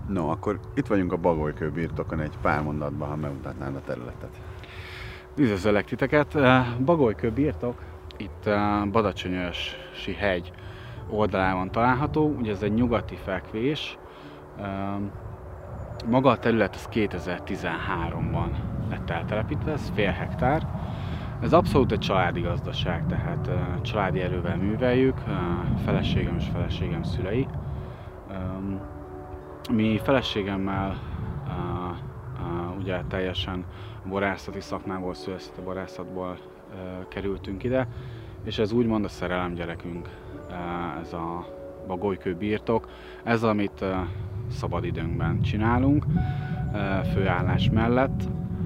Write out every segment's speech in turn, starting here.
No, akkor itt vagyunk a Bagolykő birtokon, egy pár mondatban, ha megmutatnád a területet. Üdvözöllek titeket! Bagolykő birtok itt Badacsonyörsi hegy oldalában található. Ugye ez egy nyugati fekvés. Maga a terület az 2013-ban lett eltelepítve, ez fél hektár. Ez abszolút egy családi gazdaság, tehát családi erővel műveljük, feleségem és feleségem szülei. Mi feleségemmel ugye teljesen borászati szakmából, szőlészeti borászatból kerültünk ide, és ez úgymond a szerelem gyerekünk, ez a Bagolykő birtok. Ez, amit szabadidőnkben csinálunk, főállás mellett,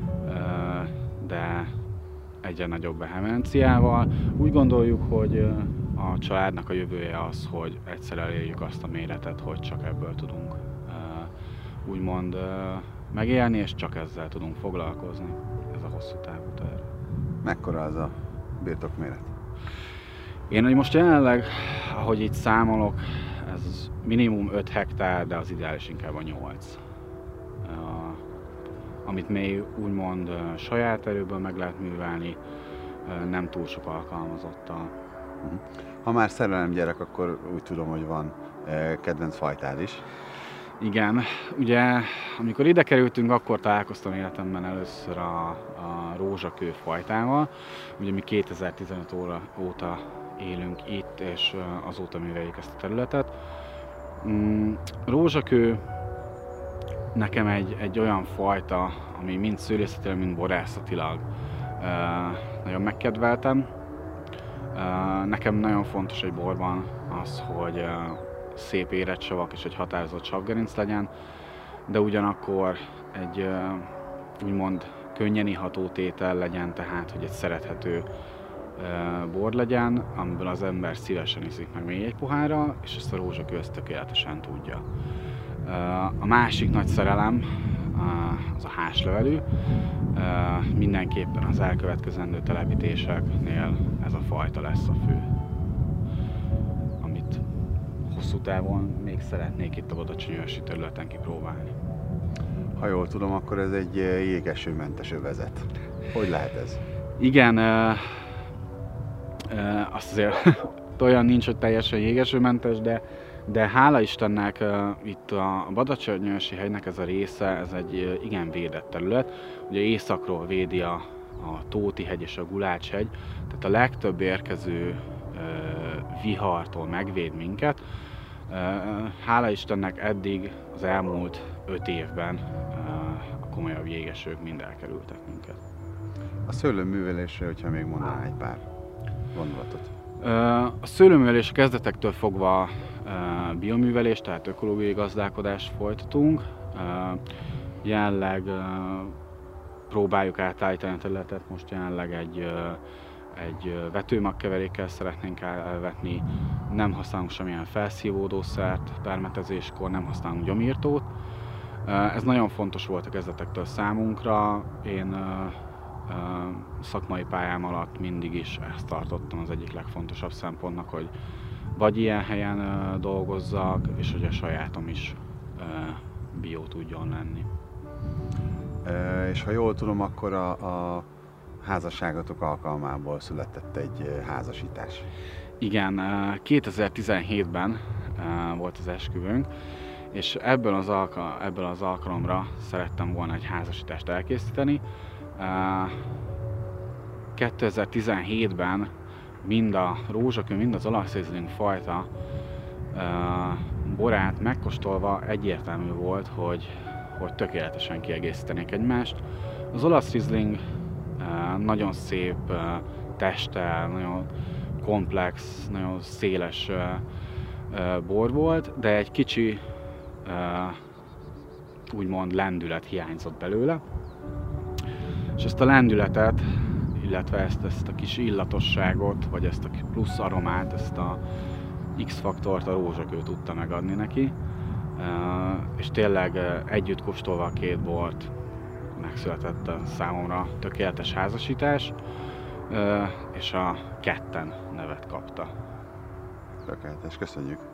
de egyre nagyobb vehemenciával. Úgy gondoljuk, hogy a családnak a jövője az, hogy egyszer elérjük azt a méretet, hogy csak ebből tudunk úgymond megélni, és csak ezzel tudunk foglalkozni. Ez a hosszú távú terv. Mekkora az a birtok méret? Én most jelenleg, ahogy itt számolok, ez minimum 5 hektár, de az ideális inkább a 8. Amit még úgymond saját erőből meg lehet művelni, nem túl sok alkalmazottal. Ha már szerelem gyerek, akkor úgy tudom, hogy van kedvenc fajtád is. Igen, ugye amikor ide kerültünk, akkor találkoztam életemben először a rózsakő fajtával. Ugye mi 2015 óta élünk itt, és azóta műveljük ezt a területet. Rózsakő nekem egy olyan fajta, ami mind szőlészetileg, mind borászatilag nagyon megkedveltem. Nekem nagyon fontos egy borban az, hogy szép érett savak és egy határozott savgerinc legyen, de ugyanakkor egy úgymond könnyen iható tétel legyen, tehát hogy egy szerethető bor legyen, amiből az ember szívesen iszik meg még egy pohárral, és ezt a rózsakő ezt tökéletesen tudja. A másik nagy szerelem az a házlevelű. Mindenképpen az elkövetkezendő telepítéseknél ez a fajta lesz a fő, amit hosszú távon még szeretnék itt a badacsonyörsi területen kipróbálni. Ha jól tudom, akkor ez egy jégesőmentes övezet. Hogy lehet ez? Igen, azt azért olyan nincs, hogy teljesen jégesőmentes, de hála Istennek itt a Badacsonyörsi hegynek ez a része, ez egy igen védett terület. Ugye északról védi a Tóti hegy és a Gulács hegy, tehát a legtöbb érkező vihartól megvéd minket. Hála Istennek eddig az elmúlt 5 évben a komolyabb jégesők mind elkerültek minket. A szőlőművelésre, hogyha még mondanál egy pár gondolatot. A szőlőművelés kezdetektől fogva bioművelés, tehát ökológiai gazdálkodást folytatunk. Jelenleg próbáljuk átállítani a területet, most jelenleg egy vetőmagkeverékkel szeretnénk elvetni, nem használunk semmilyen felszívódószert, permetezéskor nem használunk gyomírtót. Ez nagyon fontos volt a kezdetektől számunkra. Én szakmai pályám alatt mindig is ezt tartottam az egyik legfontosabb szempontnak, hogy vagy ilyen helyen dolgozzak, és hogy a sajátom is bió tudjon lenni. És ha jól tudom, akkor a házasságotok alkalmából született egy házasítás. Igen, 2017-ben volt az esküvőnk, és ebből az alkalomra szerettem volna egy házasítást elkészíteni. 2017-ben mind a rózsakő, mind az olasz riesling fajta borát megkóstolva egyértelmű volt, hogy tökéletesen kiegészítenék egymást. Az olasz riesling nagyon szép testtel, nagyon komplex, nagyon széles bor volt, de egy kicsi úgymond lendület hiányzott belőle. És ezt a lendületet, illetve ezt a kis illatosságot, vagy ezt a plusz aromát, ezt a X-faktort a rózsakő tudta megadni neki. És tényleg együtt kóstolva a két bort megszületett a számomra tökéletes házasítás, és a ketten nevet kapta. Tökéletes, köszönjük!